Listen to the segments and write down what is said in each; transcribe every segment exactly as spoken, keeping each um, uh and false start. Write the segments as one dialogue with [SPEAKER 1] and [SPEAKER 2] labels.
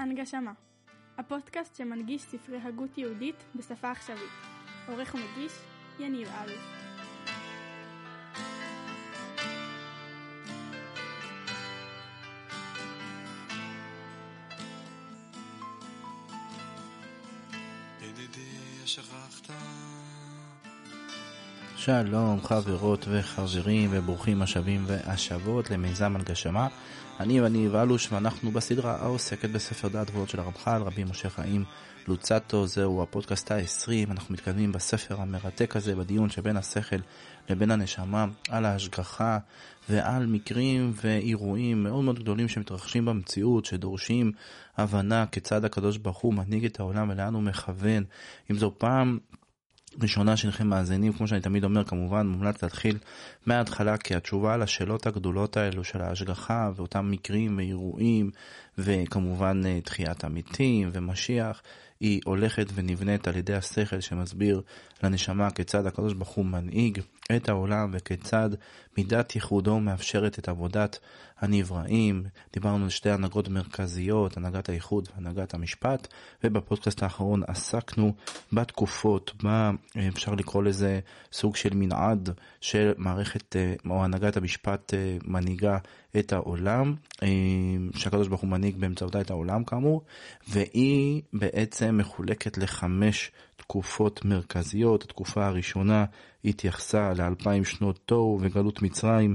[SPEAKER 1] הנגשמה, הפודקאסט שמנגיש ספרי הגות יהודית בשפה עכשווית. עורך ומגיש, יניב אלוף.
[SPEAKER 2] ידידי שכחת.
[SPEAKER 3] שלום חברות וחברים וברוכים השבים והשבות למיזם הנגשמה. אני ואני ואלוש, ואנחנו בסדרה העוסקת בספר דעת ועוד של הרמח"ל רבי משה חיים לוצטו. זהו הפודקאסט ה-עשרים. אנחנו מתקדמים בספר המרתק הזה בדיון שבין השכל לבין הנשמה על ההשגחה ועל מקרים ואירועים מאוד מאוד גדולים שמתרחשים במציאות, שדורשים הבנה כיצד הקדוש ברוך הוא מנהיג את העולם ולאן הוא מכוון. אם זו פעם ראשונה שלכם מאזינים, כמו שאני תמיד אומר, כמובן מומלץ להתחיל מההתחלה, כי התשובה על השאלות הגדולות האלו של ההשגחה ואותם מקרים ואירועים וכמובן תחיית המתים ומשיח, היא הולכת ונבנית על ידי השכל שמסביר לנשמה כיצד הקדוש ברוך הוא מנהיג את העולם וכיצד מידת ייחודו מאפשרת את עבודת הנבראים. דיברנו על שתי הנהגות מרכזיות, הנהגת הייחוד והנהגת המשפט, ובפודקאסט האחרון עסקנו בתקופות, מה אפשר לקרוא לזה סוג של מנעד של מערכת או הנהגת המשפט מנהיגה את העולם, שהקדוש ברוך הוא מנהיג באמצעותה את העולם כאמור, והיא בעצם מחולקת לחמש תקופות מרכזיות. התקופה הראשונה התייחסה לאלפיים שנות תוהו וגלות מצרים,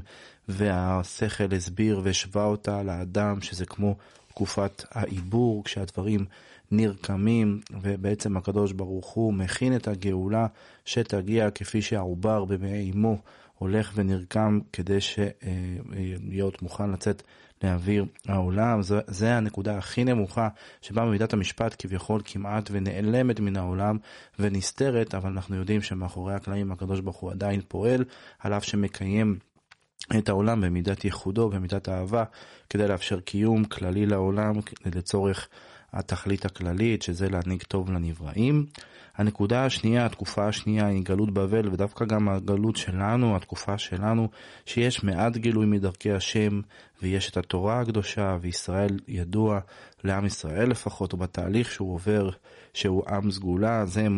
[SPEAKER 3] והשכל הסביר והשווה אותה לאדם שזה כמו תקופת העיבור, כשהדברים נרקמים, ובעצם הקדוש ברוך הוא מכין את הגאולה שתגיע כפי שהעובר במעי אמו הולך ונרקם כדי להיות מוכן לצאת לאוויר העולם. זה, זה הנקודה הכי נמוכה שבה מידת המשפט כביכול כמעט ונעלמת מן העולם ונסתרת, אבל אנחנו יודעים שמאחורי הקלעים הקדוש ברוך הוא עדיין פועל, על אף שמקיים את העולם במידת ייחודו, במידת האהבה, כדי לאפשר קיום כללי לעולם לצורך התכלית הכללית, שזה להנהיג טוב לנבראים. הנקודה השנייה, התקופה השנייה, היא גלות בבל, ודווקא גם הגלות שלנו, התקופה שלנו, שיש מעט גילוי מדרכי השם, ויש את התורה הקדושה, וישראל ידוע לעם ישראל לפחות, או בתהליך שהוא עובר, שהוא עם סגולה. זה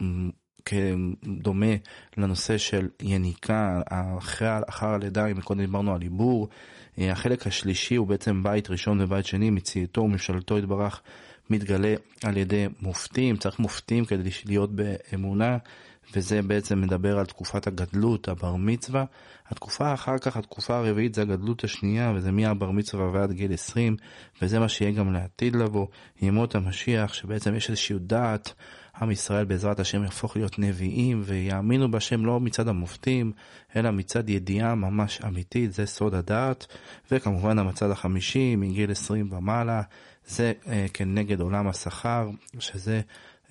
[SPEAKER 3] כדומה לנושא של יניקה אחרי, אחר הלידה, אם קודם דיברנו על עיבור. החלק השלישי הוא בעצם בית ראשון ובית שני, מציאתו וממשלתו יתברך מתגלה על ידי מופתים. צריך מופתים כדי להיות באמונה, וזה בעצם מדבר על תקופת הגדלות, הבר מצווה. התקופה אחר כך, התקופה הרביעית, זה הגדלות השנייה, וזה מהבר מצווה ועד גיל עשרים, וזה מה שיהיה גם לעתיד לבוא, ימות המשיח, שבעצם יש איזושהי דעת, עם ישראל בעזרת השם יהפוך להיות נביאים, ויאמינו בשם לא מצד המופתים, אלא מצד ידיעה ממש אמיתית. זה סוד הדעת. וכמובן המצד החמישי, מגיל עשרים ומעלה, זה אה, כנגד עולם השכר, שזה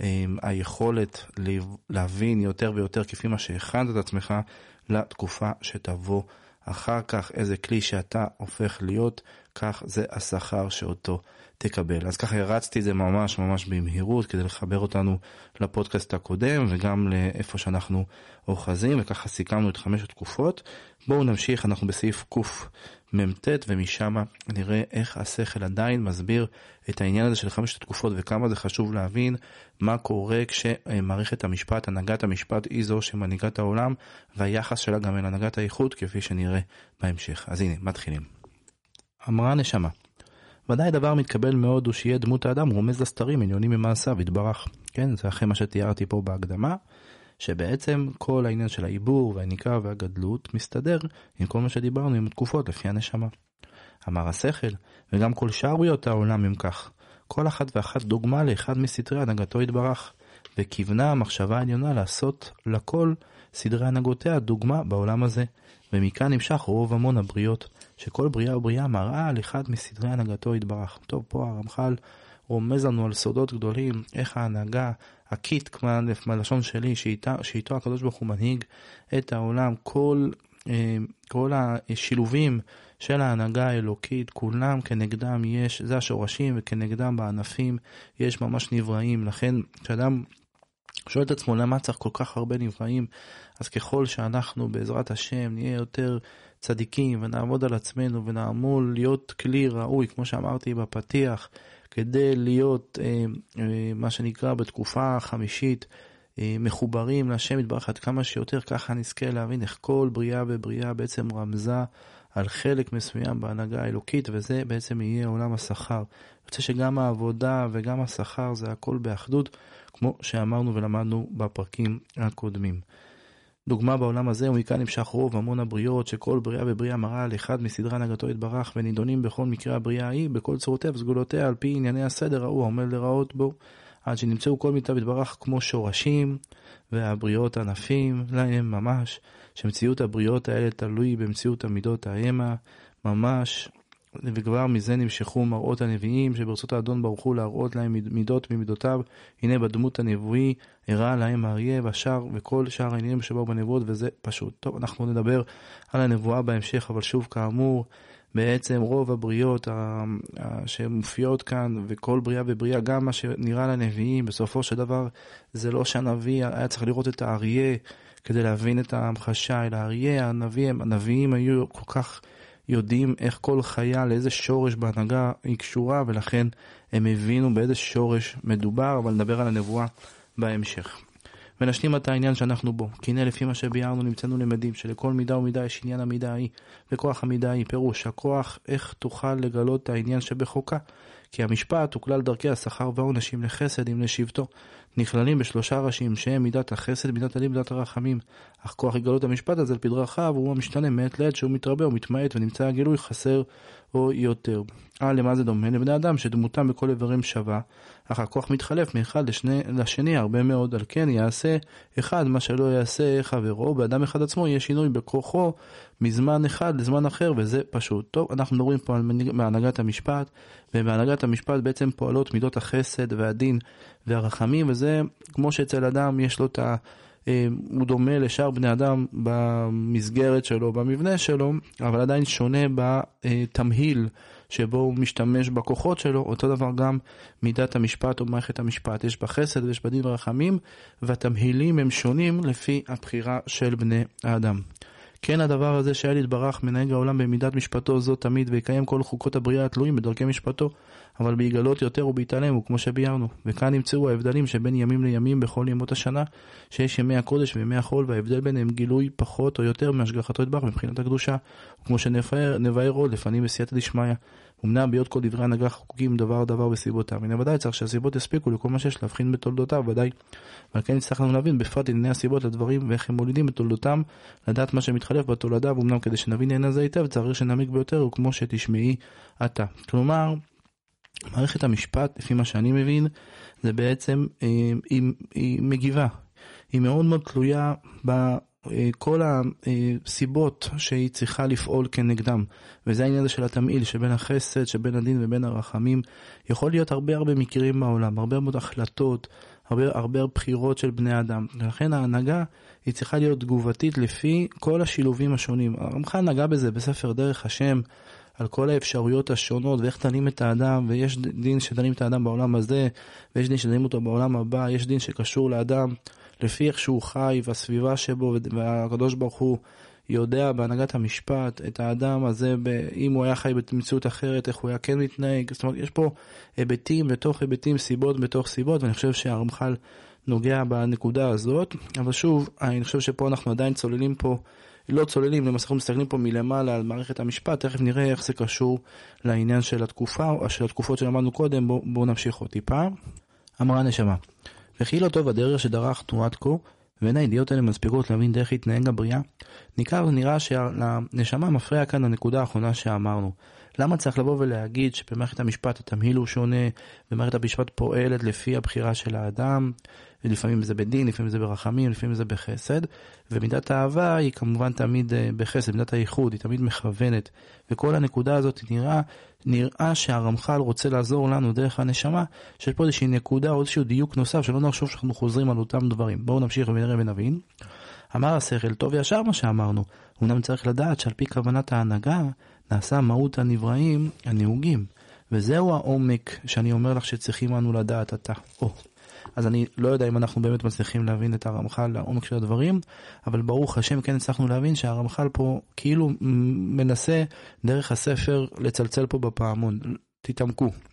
[SPEAKER 3] היכולת להבין יותר ויותר כפי מה שהכנת את עצמך לתקופה שתבוא אחר כך. איזה כלי שאתה הופך להיות, כך זה השכר שאותו תקבל. אז ככה הרצתי את זה ממש ממש במהירות כדי לחבר אותנו לפודקאסט הקודם וגם לאיפה שאנחנו אוחזים, וככה סיכמנו את חמש התקופות. בואו נמשיך, אנחנו בסעיף קוף ממתת, ומשם נראה איך השכל עדיין מסביר את העניין הזה של חמש התקופות, וכמה זה חשוב להבין מה קורה כשמערכת המשפט, הנהגת המשפט, היא זו שמנהיגה את העולם, והיחס שלה גם אל הנהגת האיכות, כפי שנראה בהמשך. אז הנה, מתחילים. אמרה נשמה, ודאי דבר מתקבל מאוד הוא שיהיה דמות האדם רומז לסתרים עניונים ממעשיו יתברך. כן, זה אחרי מה שתיארתי פה בהקדמה, שבעצם כל העניין של העיבור והניקה והגדלות מסתדר עם כל מה שדיברנו עם התקופות לפי הנשמה. אמר השכל, וגם כל שאר בריות העולם הם כך, כל אחת ואחת דוגמה לאחד מסתרי הנהגתו יתברך, וכיוונה המחשבה העליונה לעשות לכל סדרי הנהגותיה דוגמה בעולם הזה. ומכאן נמשך רוב המון הבריות, שכל בריאה ובריאה מראה על אחד מסדרי הנהגתו יתברך. טוב, פה הרמח"ל רומז לנו על סודות גדולים, איך ההנהגה, הקיט, כמו הלשון שלי, שאיתה, שאיתו הקדוש ברוך הוא מנהיג את העולם, כל, כל השילובים של ההנהגה האלוקית, כולם כנגדם יש, זה השורשים, וכנגדם בענפים יש ממש נבראים. לכן, כשאדם שואל את עצמו למה צריך כל כך הרבה נבראים, אז ככל שאנחנו בעזרת השם נהיה יותר צדיקים ונעמוד על עצמנו ונעמול להיות כלי ראוי, כמו שאמרתי בפתיח, כדי להיות אה, אה, מה שנקרא בתקופה החמישית אה, מחוברים להשם יתברך עד כמה שיותר, ככה נזכה להבין איך כל בריאה ובריאה בעצם רמזה על חלק מסוים בהנהגה האלוקית, וזה בעצם יהיה עולם השכר. אני רוצה שגם העבודה וגם השכר זה הכל באחדות, כמו שאמרנו ולמדנו בפרקים הקודמים. דוגמה בעולם הזה, ומכאן נמשך רוב המון הבריות, שכל בריאה ובריאה מראה על אחד מסדרי הנהגתו יתברך, ונידונים בכל מקרה הבריאה ההיא, בכל צורותיה וסגולותיה, על פי ענייני הסדר ההוא העומד לראות בו, עד שנמצאו כל מיטב יתברך כמו שורשים, והבריות ענפים להם ממש, שמציאות הבריות האלה תלוי במציאות המידות ההמה, ממש, וכבר מזה נמשכו מראות הנביאים, שברצות האדון ברוך הוא להראות להם מידות ממידותיו, הנה בדמות הנבואי, הראה להם האריה והשאר, וכל שאר העניינים שבאו בנבואות, וזה פשוט. טוב, אנחנו נדבר על הנבואה בהמשך, אבל שוב כאמור, בעצם רוב הבריות שמופיעות כאן, וכל בריאה ובריאה, גם מה שנראה לנביאים, בסופו של דבר, זה לא שהנביא היה צריך לראות את האריה, כדי להבין את ההמחשה, אלא האריה, הנביאים, הנביאים היו כל כך יודעים איך כל חיה, לאיזה שורש בהנהגה היא קשורה, ולכן הם הבינו באיזה שורש מדובר, אבל נדבר על הנבואה בהמשך. ונשלים את העניין שאנחנו בו, כי הנה לפי מה שביארנו נמצאנו למדים, שלכל מידה ומידה יש עניין המידה ההיא, וכוח המידה ההיא, פירוש, הכוח איך תוכל לגלות את העניין שבחוקה, כי המשפט הוא כלל דרכי השכר והעונשים לחסד עם לשבטו, נכללים בשלושה ראשים שהם מידת החסד, מידת הדין, מידת הרחמים, אך כוח יגלות המשפט הזה על פי דרכיו הוא המשתנה מעת לעת שהוא מתרבה או מתמעט ונמצא הגילוי חסר או יותר. אה, למה זה דומה? לבני אדם שדמותם בכל איברים שווה, אך הכוח מתחלף מאחד לשני, לשני הרבה מאוד, על כן יעשה אחד מה שלא יעשה חברו, באדם אחד עצמו יהיה שינוי בכוחו מזמן אחד לזמן אחר, וזה פשוט. טוב, אנחנו מדברים פה על מהנהגת המשפט, ובהנהגת המשפט בעצם פועלות מידות החסד והדין והרחמים, וזה כמו שאצל אדם יש לו את ה... הוא דומה לשאר בני אדם במסגרת שלו, במבנה שלו, אבל עדיין שונה בתמהיל שבו הוא משתמש בכוחות שלו. אותו דבר גם מידת המשפט או מערכת המשפט, יש בה חסד ויש בה דין ורחמים, והתמהילים הם שונים לפי הבחירה של בני האדם. כן, הדבר הזה שאל יתברך מנהג העולם במידת משפטו זו תמיד, ויקיים כל חוקות הבריאה התלויים בדרכי משפטו, אבל בהיגלות יותר ובהתעלם, הוא כמו שביארנו. וכאן נמצאו ההבדלים שבין ימים לימים בכל ימות השנה, שיש ימי הקודש וימי החול, וההבדל ביניהם גילוי פחות או יותר מהשגחתו יתברך מבחינת הקדושה, וכמו שנבאר עוד לפנים בסייעתא דשמיא. אמנם בהיות כל דברי הנהגה חקוקים דבר דבר בסיבותיו, הנה ודאי צריך שהסיבות יספיקו לכל מה שיש להבחין בתולדותיו, ודאי. ועל כן נצטרך לנו להבין בפרט ענייני הסיבות לדברים ואיך הם מולידים בתולדותם, לדעת מה שמתחלף בתולדה, ואומנם כדי שנבין עניין הזה היטב צריך שנעמיק ביותר, וכמו שתשמעי אתה. כלומר, מערכת המשפט, לפי מה שאני מבין, זה בעצם היא, היא, היא מגיבה, היא מאוד מאוד תלויה ב כל הסיבות שהיא צריכה לפעול כנגדם, וזה העניין הזה של התמעיל שבין החסד, שבין הדין ובין הרחמים. יכול להיות הרבה הרבה מקרים בעולם, הרבה מאוד החלטות, הרבה הרבה בחירות של בני אדם, ולכן ההנהגה היא צריכה להיות תגובתית לפי כל השילובים השונים. הרמח"ל נגע בזה בספר דרך השם, על כל האפשרויות השונות ואיך דנים את האדם, ויש דין שדנים את האדם בעולם הזה, ויש דין שדנים אותו בעולם הבא, יש דין שקשור לאדם לפי איך שהוא חי והסביבה שבו, והקדוש ברוך הוא יודע בהנהגת המשפט את האדם הזה, אם הוא היה חי במציאות אחרת, איך הוא היה כן מתנהג. זאת אומרת, יש פה היבטים בתוך היבטים, סיבות בתוך סיבות, ואני חושב שהרמח"ל נוגע בנקודה הזאת. אבל שוב, אני חושב שפה אנחנו עדיין צוללים פה, לא צוללים, למעשה אנחנו מסתכלים פה מלמעלה על מערכת המשפט, תכף נראה איך זה קשור לעניין של התקופה, או של התקופות שלמדנו קודם. בואו בוא נמשיך עוד טיפה. אמרה נשמה, וכי לא טוב הדרך שדרך תנועת כה, ואין הידיעות האלה מספיקות להבין דרך התנהג הבריאה. ניכר ונראה שלנשמה מפריע כאן הנקודה האחרונה שאמרנו. למה צריך לבוא ולהגיד שבמערכת המשפט התמהיל הוא שונה, במערכת המשפט פועלת לפי הבחירה של האדם, ולפעמים זה בדין, לפעמים זה ברחמים, לפעמים זה בחסד, ומידת האהבה היא כמובן תמיד בחסד, מידת הייחוד, היא תמיד מכוונת, וכל הנקודה הזאת נראה, נראה שהרמח"ל רוצה לעזור לנו דרך הנשמה, שיש פה איזושהי נקודה או איזשהו דיוק נוסף, שלא נחשוב שאנחנו חוזרים על אותם דברים. בואו נמשיך ונראה ונבין. אמר השכל, טוב וישר מה שאמרנו, אמנם צריך לדעת שעל פי כוונת ההנהגה, נעשה מהות הנבראים הנהוגים, וזהו העומק שאני אומר לך שצריכים לנו לדעת אתה. או, אז אני לא יודע אם אנחנו באמת מצליחים להבין את הרמח"ל לעומק של הדברים, אבל ברוך השם כן הצלחנו להבין שהרמח"ל פה כאילו מנסה דרך הספר לצלצל פה בפעמון. תתעמקו.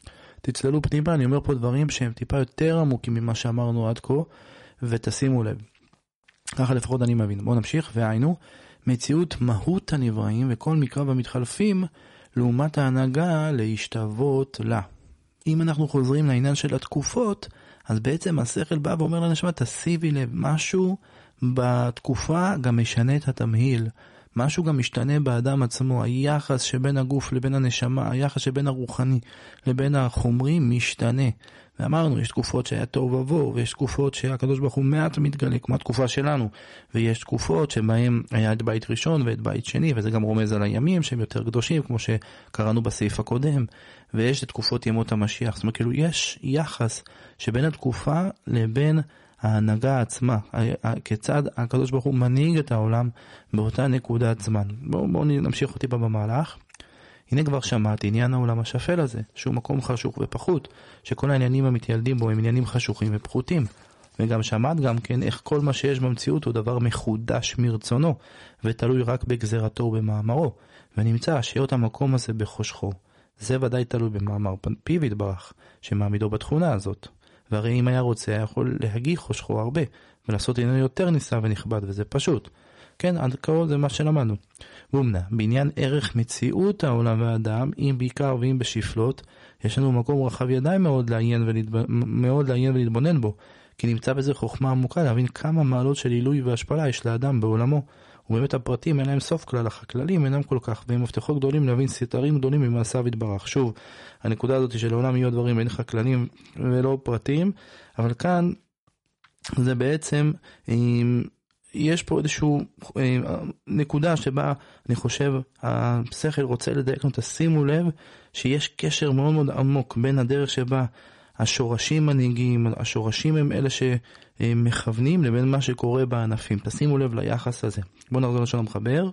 [SPEAKER 3] תצללו פנימה, אני אומר פה דברים שהם טיפה יותר עמוקים ממה שאמרנו עד כה, ותשימו לב. ככה לפחות אני מבין. בואו נמשיך, והיינו, מציאות מהות הנבראים וכל מקרב המתחלפים, לעומת ההנהגה להשתוות לה. אם אנחנו חוזרים לעניין של התקופות, אז בעצם השכל בא ואומר לנשמה, תשימי לב, משהו בתקופה גם משנה את התמהיל. משהו גם משתנה באדם עצמו, היחס שבין הגוף לבין הנשמה, היחס שבין הרוחני לבין החומרי משתנה. ואמרנו, יש תקופות שהיה טוב ובוא, ויש תקופות שהקדוש ברוך הוא מעט מתגלה, כמו התקופה שלנו, ויש תקופות שבהם היה את בית ראשון ואת בית שני, וזה גם רומז על הימים שהם יותר קדושים, כמו שקראנו בסעיף הקודם, ויש את תקופות ימות המשיח. זאת אומרת, כאילו, יש יחס שבין התקופה לבין ההנהגה עצמה, כיצד הקדוש ברוך הוא מנהיג את העולם באותה נקודת זמן. בואו בוא נמשיך אותי בה במהלך. הנה כבר שמעתי עניין העולם השפל הזה, שהוא מקום חשוך ופחות, שכל העניינים המתיילדים בו הם עניינים חשוכים ופחותים. וגם שמעת גם כן איך כל מה שיש במציאות הוא דבר מחודש מרצונו, ותלוי רק בגזרתו ובמאמרו, ונמצא שיות המקום הזה בחושכו. זה ודאי תלוי במאמר פיו יתברך, שמעמידו בתכונה הזאת. והרי אם היה רוצה, היה יכול להגיע חושכו הרבה, ולעשות עניין יותר ניסה ונכבד, וזה פשוט. כן, עד כה זה מה שלמדנו. ואומנה, בעניין ערך מציאות העולם והאדם, אם בעיקר ואם בשפלות, יש לנו מקום רחב ידיים מאוד לעיין, ולהתב... מאוד לעיין ולהתבונן בו, כי נמצא בזה חוכמה עמוקה להבין כמה מעלות של עילוי והשפלה יש לאדם בעולמו. ובאמת הפרטים אין להם סוף כלל, אך הכללים אינם כל כך, והם מבטחות גדולים להבין סתרים גדולים ממעשיו יתברך. שוב, הנקודה הזאת של העולם יהיו דברים, אין לך כללים ולא פרטים, אבל כאן זה בעצם, יש פה איזשהו נקודה שבה אני חושב השכל רוצה לדייק לנו, תשימו לב שיש קשר מאוד מאוד עמוק בין הדרך שבה השורשים מנהיגים, השורשים הם אלה שמכוונים לבין מה שקורה בענפים. תשימו לב ליחס הזה. בואו נחזור לשון המחבר,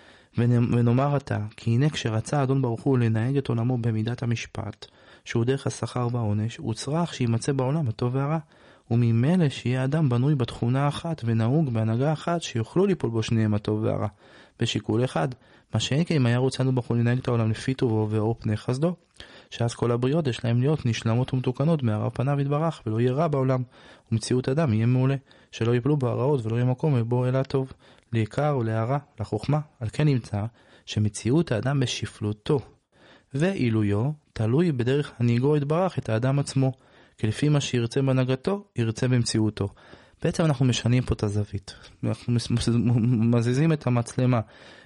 [SPEAKER 3] ונאמר עתה, כי הנה כשרצה אדון ברוך הוא לנהג את עולמו במידת המשפט, שהוא דרך השכר והעונש, הוא צריך שימצא בעולם הטוב והרע, וממילא שיהיה אדם בנוי בתכונה אחת ונהוג בהנהגה אחת, שיוכלו ליפול בו שניהם הטוב והרע, בשיקול אחד. מה שאין כי אם היה רוצנו ברוך הוא לנהג את העולם לפי טובו ואור פני חסדו, שאז כל הבריאות יש להם להיות נשלמות ומתוקנות מהרב פניו יתברך, ולא יהיה רע בעולם, ומציאות אדם יהיה מעולה, שלא יפלו בו הרעות ולא יהיה מקום ובו אלא טוב, לעיקר ולהערה, לחוכמה. על כן נמצא שמציאות האדם בשפלותו ועילויו תלוי בדרך הנהיגו יתברך את האדם עצמו, כי לפי מה שירצה בהנהגתו, ירצה במציאותו. בעצם אנחנו משנים פה את הזווית, אנחנו מזיזים את המצלמה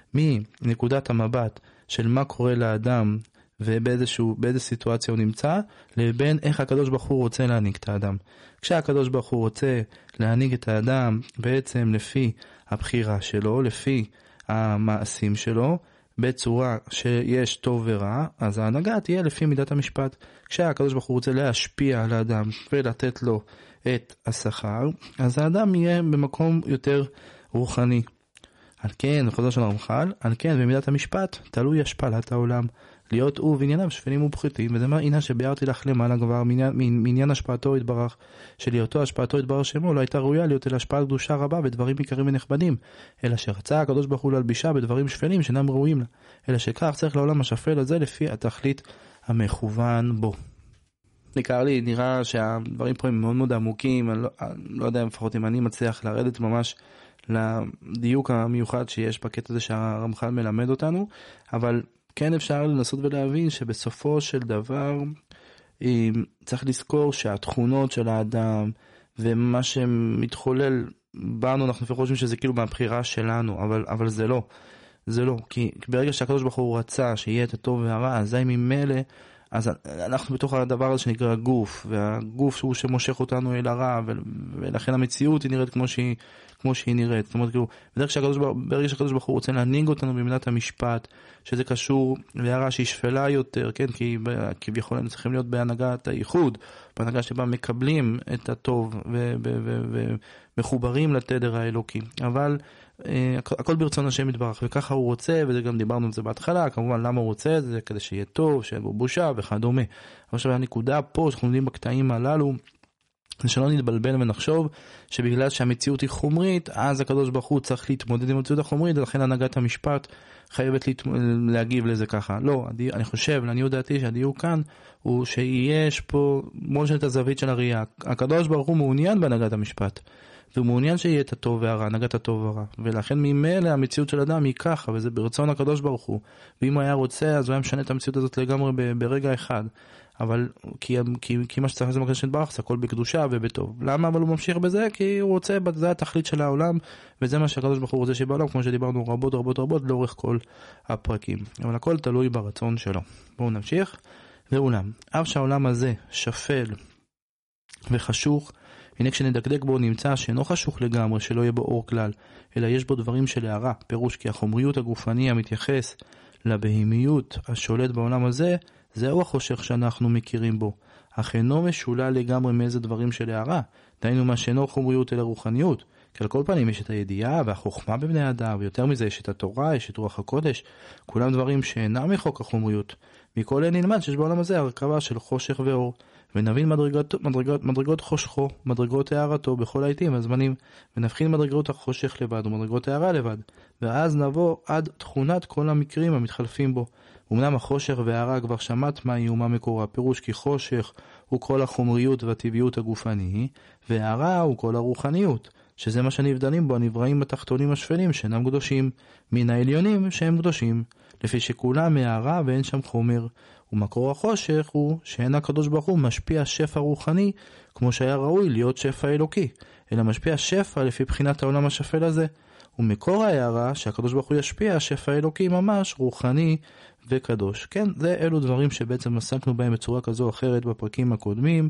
[SPEAKER 3] מנקודת המבט של מה קורה לאדם ובאיזשהו, באיזו סיטואציה הוא נמצא, לבין איך הקדוש ברוך הוא רוצה להנהיג את האדם. כשהקדוש ברוך הוא רוצה להנהיג את האדם בעצם לפי הבחירה שלו, לפי המעשים שלו, בצורה שיש טוב ורע, אז ההנהגה תהיה לפי מידת המשפט. כשהקדוש ברוך הוא רוצה להשפיע על האדם ולתת לו את השכר, אז האדם יהיה במקום יותר רוחני. על כן, בחוזר של הרמח"ל, על כן במידת המשפט תלוי השפלת העולם, להיות הוא וענייניו שפלים ופחיתים, וזה מה עניין שביארתי לך למעלה כבר, מעניין השפעתו יתברך, שלהיותו השפעתו יתברך שמו, לא הייתה ראויה להיות אלא השפעת קדושה רבה בדברים עיקריים ונכבדים, אלא שרצה הקדוש ברוך הוא להלבישה בדברים שפלים שאינם ראויים לה, אלא שכך צריך לעולם השפל הזה לפי התכלית המכוון בו. ניכר לי, נראה שהדברים פה הם מאוד מאוד עמוקים, אני לא, אני לא יודע לפחות אם אני מצליח לרדת ממש לדיוק המיוחד שיש בקטע הזה שהרמח"ל מלמד אותנו, אבל כן אפשר לנסות ולהבין שבסופו של דבר צריך לזכור שהתכונות של האדם ומה שמתחולל בנו, אנחנו לפעמים חושבים שזה כאילו מהבחירה שלנו, אבל, אבל זה לא. זה לא, כי ברגע שהקדוש ברוך הוא רצה שיהיה את הטוב והרע, אז זה ממילא, אז אנחנו בתוך הדבר הזה שנקרא גוף, והגוף הוא שמושך אותנו אל הרע, ולכן המציאות היא נראית כמו שהיא, כמו שהיא נראית. זאת אומרת, כאילו, ברגע שהקדוש, ברגע שהקדוש ברוך הוא רוצה להנהיג אותנו במידת המשפט, שזה קשור להרע שהיא שפלה יותר, כן, כי כביכול הם צריכים להיות בהנהגת הייחוד, בהנהגה שבה מקבלים את הטוב ומחוברים לתדר האלוקי. אבל הכל ברצון השם יתברך, וככה הוא רוצה, וזה גם דיברנו על זה בהתחלה, כמובן למה הוא רוצה את זה, כדי שיהיה טוב, שאין בו בושה וכדומה. עכשיו הנקודה פה, שאנחנו עומדים בקטעים הללו, שלא נתבלבל ונחשוב שבגלל שהמציאות היא חומרית, אז הקדוש ברוך הוא צריך להתמודד עם המציאות החומרית, ולכן הנהגת המשפט חייבת להת... להגיב לזה ככה. לא, הדי... אני חושב, לעניות דעתי שהדיוק כאן הוא שיש פה מול של את הזווית של הראייה. הקדוש ברוך הוא מעוניין בהנהגת המשפט, והוא מעוניין שיהיה את הטוב והרע, הנהגת הטוב והרע, ולכן ממילא המציאות של אדם היא ככה, וזה ברצון הקדוש ברוך הוא, ואם הוא היה רוצה אז הוא היה משנה את המציאות הזאת לגמרי ב... ברגע אחד. אבל כי, כי, כי מה שצריך לזה מקדש נתברך זה הכל בקדושה ובטוב. למה? אבל הוא ממשיך בזה כי הוא רוצה, זה התכלית של העולם, וזה מה שהקדוש ברוך הוא רוצה שבעולם, כמו שדיברנו רבות רבות רבות לאורך כל הפרקים. אבל הכל תלוי ברצון שלו. בואו נמשיך. ואולם, אף שהעולם הזה שפל וחשוך, הנה כשנדקדק בו נמצא שאינו חשוך לגמרי, שלא יהיה בו אור כלל, אלא יש בו דברים של הערה, פירוש כי החומריות הגופני המתייחס לבהמיות השולט בעולם הזה, זהו החושך שאנחנו מכירים בו, אך אינו משולל לגמרי מאיזה דברים של הערה, דהיינו מה שאינו חומריות אלא רוחניות, כי על כל פנים יש את הידיעה והחוכמה בבני אדם, ויותר מזה יש את התורה, יש את רוח הקודש, כולם דברים שאינם מחוק החומריות. מכל אלה נלמד שיש בעולם הזה הרכבה של חושך ואור, ונבין מדרגות, מדרגות, מדרגות חושכו, מדרגות הערתו בכל העיתים והזמנים, ונבחין מדרגות החושך לבד ומדרגות הערה לבד, ואז נבוא עד תכונת כל המקרים המתחלפים בו. אמנם החושך והערה כבר שמעת מה איומה מקורה, פירוש כי חושך הוא כל החומריות והטבעיות הגופני, והערה הוא כל הרוחניות, שזה מה שנבדלים בו הנבראים בתחתונים השפלים שאינם קדושים, מן העליונים שהם קדושים, לפי שכולם מהערה ואין שם חומר. ומקור החושך הוא שאין הקדוש ברוך הוא משפיע שפע רוחני כמו שהיה ראוי להיות שפע אלוקי, אלא משפיע שפע לפי בחינת העולם השפל הזה. ומקור ההערה שהקדוש ברוך הוא ישפיע שפע אלוקי ממש רוחני וקדוש. כן, זה אלו דברים שבעצם עסקנו בהם בצורה כזו או אחרת בפרקים הקודמים,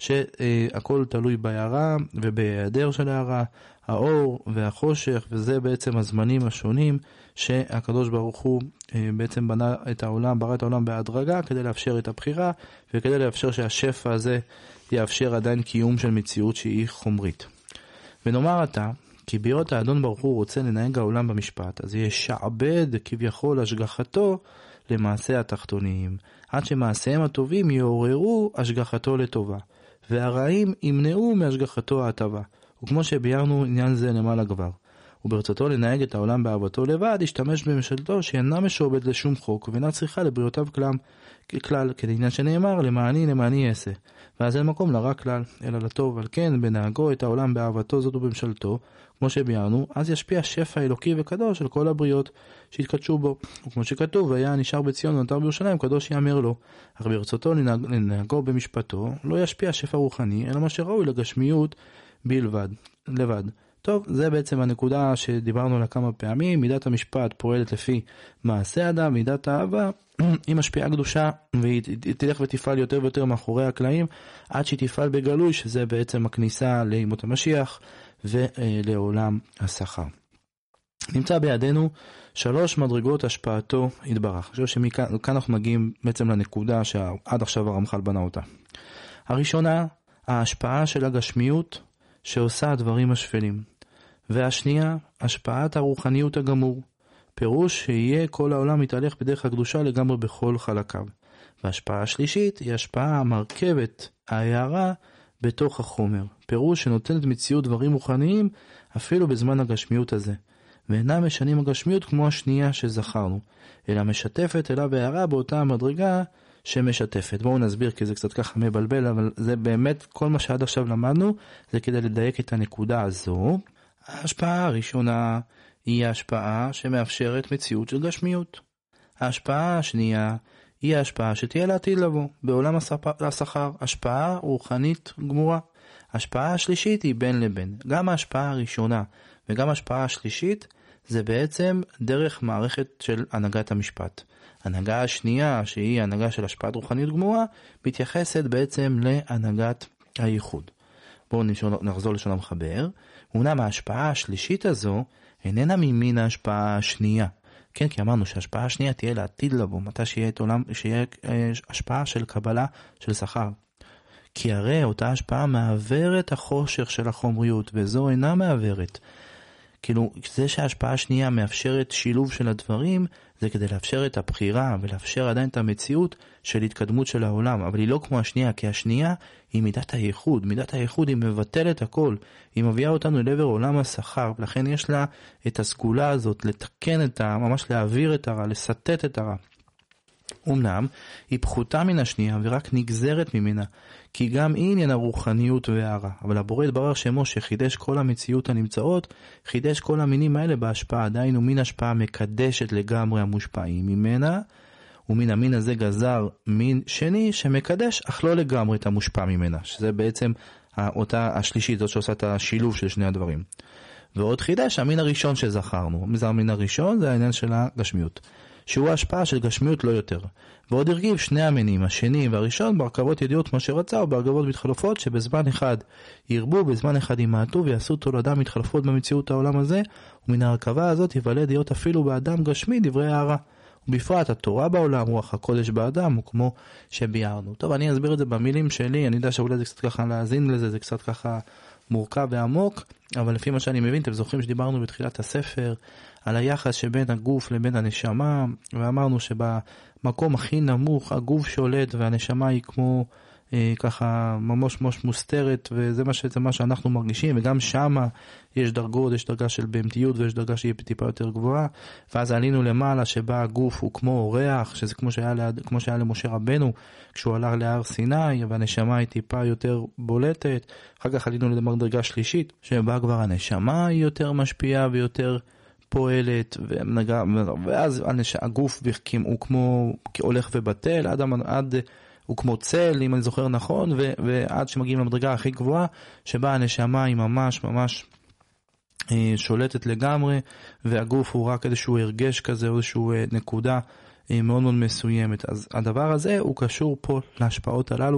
[SPEAKER 3] שהכל תלוי בהערה ובהיעדר של ההערה, האור והחושך, וזה בעצם הזמנים השונים שהקדוש ברוך הוא בעצם בנה את העולם, ברא את העולם בהדרגה כדי לאפשר את הבחירה, וכדי לאפשר שהשפע הזה יאפשר עדיין קיום של מציאות שהיא חומרית. ונאמר אתה, כי ביות האדון ברוך הוא רוצה לנהג העולם במשפט, אז ישעבד כביכול השגחתו למעשה התחתונים, עד שמעשיהם הטובים יעוררו השגחתו לטובה, והרעים ימנעו מהשגחתו הטובה. וכמו שביארנו עניין זה למעלה כבר, וברצותו לנהג את העולם באהבתו לבד, ישתמש בממשלתו שאינה משועבד לשום חוק, ואינה צריכה לבריאותיו כלל, כלל, כדעניין שנאמר, למעני למעני אעשה. ואז אין מקום לרע כלל, אלא לטוב, על כן בנהגו את העולם באהבתו זאת ובממשלתו, כמו שביארנו, אז ישפיע שפע אלוקי וקדוש על כל הבריות שהתקדשו בו. וכמו שכתוב, היה נשאר בציון ונותר בירושלים, קדוש יאמר לו. אך ברצותו לנהג, לנהגו במשפטו, לא ישפיע שפע רוחני, אלא מה שראוי לגשמיות בלבד, לבד. טוב, זה בעצם הנקודה שדיברנו עליה כמה פעמים. מידת המשפט פועלת לפי מעשה אדם, מידת האהבה היא משפיעה קדושה, והיא תלך ותפעל יותר ויותר מאחורי הקלעים, עד שהיא תפעל בגלוי, שזה בעצם הכניסה לימות המשיח ולעולם השכר. נמצא בידינו שלוש מדרגות השפעתו יתברך. אני חושב שמכאן אנחנו מגיעים בעצם לנקודה שעד עכשיו הרמח"ל בנה אותה. הראשונה, ההשפעה של הגשמיות שעושה הדברים השפלים. והשנייה, השפעת הרוחניות הגמור. פירוש שיהיה כל העולם מתהלך בדרך הקדושה לגמרי בכל חלקיו. וההשפעה השלישית היא השפעה המרכבת, ההערה, בתוך החומר. פירוש שנותנת מציאות דברים רוחניים אפילו בזמן הגשמיות הזה. ואינם משנים הגשמיות כמו השנייה שזכרנו, אלא משתפת אליו הערה באותה המדרגה שמשתפת. בואו נסביר כי זה קצת ככה מבלבל, אבל זה באמת כל מה שעד עכשיו למדנו, זה כדי לדייק את הנקודה הזו. ההשפעה הראשונה היא ההשפעה שמאפשרת מציאות של גשמיות. ההשפעה השנייה היא ההשפעה שתהיה לעתיד לבוא, בעולם השכר, השפעה רוחנית גמורה. ההשפעה השלישית היא בין לבין. גם ההשפעה הראשונה וגם ההשפעה השלישית זה בעצם דרך מערכת של הנהגת המשפט. הנהגה השנייה, שהיא הנהגה של השפעת רוחנית גמורה, מתייחסת בעצם להנהגת הייחוד. בואו נחזור לשון המחבר. אומנם ההשפעה השלישית הזו איננה ממין ההשפעה השנייה. כן, כי אמרנו שההשפעה השנייה תהיה לעתיד לבוא, מתי שיהיה את עולם, שיהיה השפעה של קבלה של שכר. כי הרי אותה השפעה מעברת החושך של החומריות, וזו אינה מעברת. כאילו, זה שההשפעה השנייה מאפשרת שילוב של הדברים, זה כדי לאפשר את הבחירה ולאפשר עדיין את המציאות של התקדמות של העולם, אבל היא לא כמו השנייה, כי השנייה היא מידת הייחוד, מידת הייחוד היא מבטלת הכל, היא מביאה אותנו לעבר עולם השכר, ולכן יש לה את הסגולה הזאת, לתקן את הרע, ממש להעביר את הרע, לסטט את הרע. אמנם היא פחותה מן השנייה ורק נגזרת ממנה, כי גם היא עניין הרוחניות והרע, אבל הבורא יתברך שמו שחידש כל המציאות הנמצאות, חידש כל המינים האלה בהשפעה, דהיינו מין השפעה מקדשת לגמרי המושפעים ממנה, ומן המין הזה גזר מין שני שמקדש אך לא לגמרי את המושפע ממנה, שזה בעצם אותה השלישית, זאת שעושה את השילוב של שני הדברים. ועוד חידש המין הראשון שזכרנו, זה המין הראשון, זה העניין של הגשמיות, שהוא ההשפעה של גשמיות לא יותר. ועוד הרגיב שני המינים, השני והראשון, בהרכבות ידיעות מה שרצה, או בהרכבות מתחלפות, שבזמן אחד ירבו, בזמן אחד ימעטו, ויעשו תולדה מתחלפות במציאות העולם הזה, ומן ההרכבה הזאת יוולד להיות אפילו באדם גשמי דברי הערה. ובפרט התורה בעולם, רוח הקודש באדם, הוא כמו שביארנו. טוב, אני אסביר את זה במילים שלי, אני יודע שאולי זה קצת ככה להאזין לזה, זה קצת ככה מורכב ועמוק, אבל לפי מה שאני מבין, אתם זוכרים שדיברנו בתחילת הספר, על היחס שבין הגוף לבין הנשמה, ואמרנו שבמקום הכי נמוך הגוף שולט והנשמה היא כמו אה, ככה ממש ממש מוסתרת, וזה מה, שזה מה שאנחנו מרגישים, וגם שמה יש דרגות, יש דרגה של בהמתיות ויש דרגה שהיא טיפה יותר גבוהה, ואז עלינו למעלה שבה הגוף הוא כמו אורח, שזה כמו שהיה, ליד, כמו שהיה למשה רבנו כשהוא הלך להר סיני, והנשמה היא טיפה יותר בולטת. אחר כך עלינו לדרגה שלישית שבה כבר הנשמה היא יותר משפיעה ויותר פועלת, ונגע, ואז הגוף הוא כמו הולך ובטל, עד, עד הוא כמו צל, אם אני זוכר נכון, ו, ועד שמגיעים למדרגה הכי גבוהה, שבה הנשמה היא ממש ממש אה, שולטת לגמרי, והגוף הוא רק איזשהו הרגש כזה, או איזשהו אה, נקודה אה, מאוד מאוד מסוימת. אז הדבר הזה הוא קשור פה להשפעות הללו,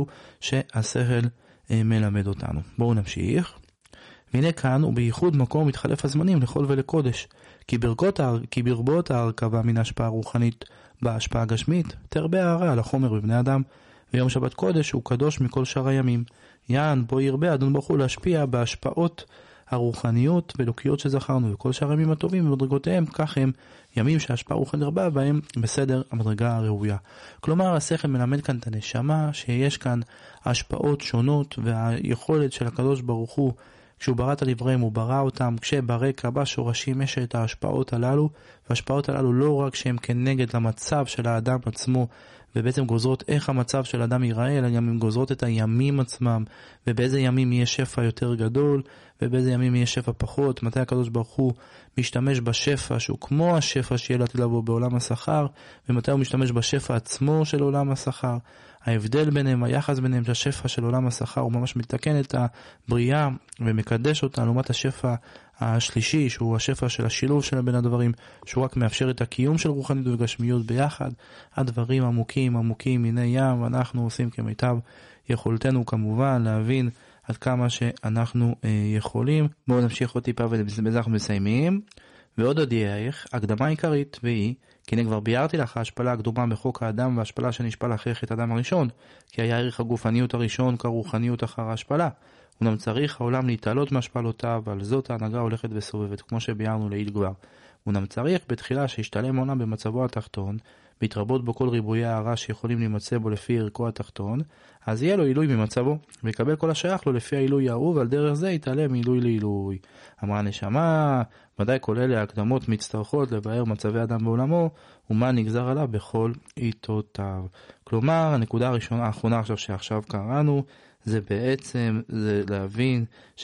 [SPEAKER 3] שהשכל אה, מלמד אותנו. בואו נמשיך. והנה כאן, ובייחוד מקום מתחלף הזמנים לכל ולקודש, כי, ברכות, כי ברבות ההרכבה מן ההשפעה הרוחנית בהשפעה הגשמית, תרבה הערה על החומר בבני אדם, ויום שבת קודש הוא קדוש מכל שאר הימים. יען בו ירבה אדון ברוך הוא להשפיע בהשפעות הרוחניות ולוקיות שזכרנו, וכל שאר הימים הטובים ומדרגותיהם, כך הם ימים שההשפעה רוחנית רבה בהם בסדר המדרגה הראויה. כלומר, השכל מלמד כאן את הנשמה שיש כאן השפעות שונות, והיכולת של הקדוש ברוך הוא כשהוא ברא את הדברים, הוא ברא אותם, כשברקע בשורשים יש את ההשפעות הללו, וההשפעות הללו לא רק שהן כנגד למצב של האדם עצמו, ובעצם גוזרות איך המצב של האדם ייראה, אלא גם הן גוזרות את הימים עצמם, ובאיזה ימים יהיה שפע יותר גדול, ובאיזה ימים יהיה שפע פחות, מתי הקדוש ברוך הוא משתמש בשפע, שהוא כמו השפע שיהיה לעתיד לבוא בעולם השכר, ומתי הוא משתמש בשפע עצמו של עולם השכר. ההבדל ביניהם, היחס ביניהם, שהשפע של עולם השכר הוא ממש מתקן את הבריאה ומקדש אותה, לעומת השפע השלישי, שהוא השפע של השילוב של בין הדברים, שהוא רק מאפשר את הקיום של רוחניות וגשמיות ביחד. הדברים עמוקים, עמוקים מיני ים, ואנחנו עושים כמיטב יכולתנו כמובן להבין עד כמה שאנחנו אה, יכולים. בואו נמשיך עוד טיפה ובזה אנחנו מסיימים. ועוד הודיעך, הקדמה עיקרית, והיא, כי הנה כבר ביארתי לך ההשפלה הקדומה בחוק האדם וההשפלה שנשפל אחרי חטא האדם הראשון, כי היה ערך הגופניות הראשון כרוחניות אחר ההשפלה. אולם צריך העולם להתעלות מהשפלותיו, ועל זאת ההנהגה הולכת וסובבת, כמו שביארנו לעיל כבר. אולם צריך בתחילה שישתלם העולם במצבו התחתון, בהתרבות בו כל ריבויי הערה שיכולים להימצא בו לפי ערכו התחתון, אז יהיה לו עילוי ממצבו, ויקבל כל השייך לו לפי העילוי האהוב, ועל דרך זה יתעלה מעילוי לעילוי. אמרה הנשמה, ודאי כל אלה ההקדמות מצטרכות לבאר מצבי אדם בעולמו, ומה נגזר עליו בכל עיתותיו. כלומר, הנקודה הראשונה, האחרונה עכשיו שעכשיו קראנו, זה בעצם זה להבין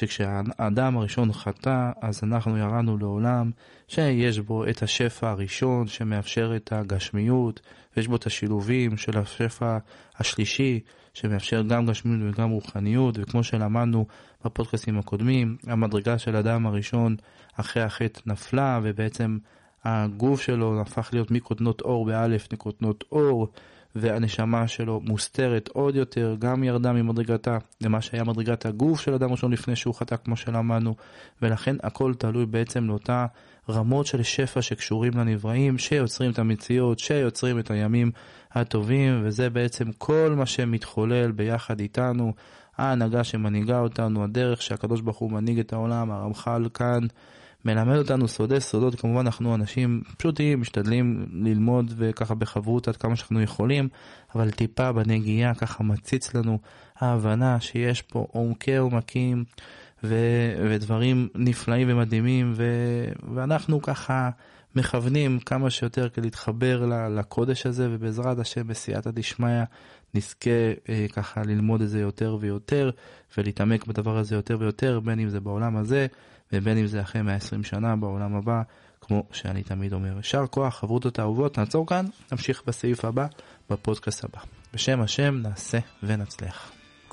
[SPEAKER 3] שכשהאדם הראשון חטא, אז אנחנו ירדנו לעולם שיש בו את השפע הראשון שמאפשר את הגשמיות, ויש בו את השילובים של השפע השלישי שמאפשר גם גשמיות וגם רוחניות, וכמו שלמדנו בפודקאסטים הקודמים, המדרגה של האדם הראשון אחרי החטא נפלה, ובעצם הגוף שלו הפך להיות מקוטנות אור באלף לקוטנות אור, והנשמה שלו מוסתרת עוד יותר, גם ירדה ממדרגתה למה שהיה מדרגת הגוף של אדם ראשון לפני שהוא חטא כמו שלמדנו, ולכן הכל תלוי בעצם לאותה רמות של שפע שקשורים לנבראים, שיוצרים את המציאות, שיוצרים את הימים הטובים, וזה בעצם כל מה שמתחולל ביחד איתנו, ההנהגה שמנהיגה אותנו, הדרך שהקדוש ברוך הוא מנהיג את העולם. הרמח"ל כאן מלמד אותנו סודי סודות. כמובן אנחנו אנשים פשוטים, משתדלים ללמוד וככה בחברות עד כמה שאנחנו יכולים, אבל טיפה בנגיעה ככה מציץ לנו ההבנה שיש פה עומקי עומקים ו- ודברים נפלאים ומדהימים, ו- ואנחנו ככה מכוונים כמה שיותר כדי להתחבר לקודש הזה, ובעזרת השם בסייעתא דשמיא נזכה אה, ככה ללמוד את זה יותר ויותר ולהתעמק בדבר הזה יותר ויותר, בין אם זה בעולם הזה ובין אם זה אחרי מאה ועשרים שנה בעולם הבא, כמו שאני תמיד אומר. יישר כוח, חברותות האהובות, נעצור כאן, נמשיך בסעיף הבא בפודקאסט הבא. בשם השם נעשה ונצליח.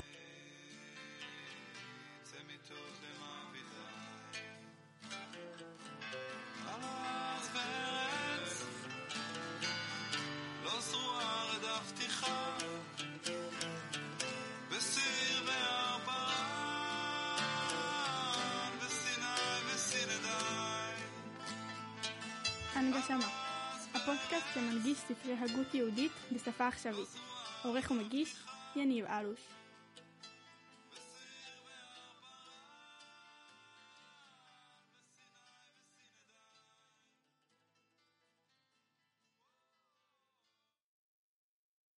[SPEAKER 1] הנגשמה, הפודקאסט שמנגיש ספרי הגות יהודית בשפה עכשווית. עורך ומגיש, יניב אלוש.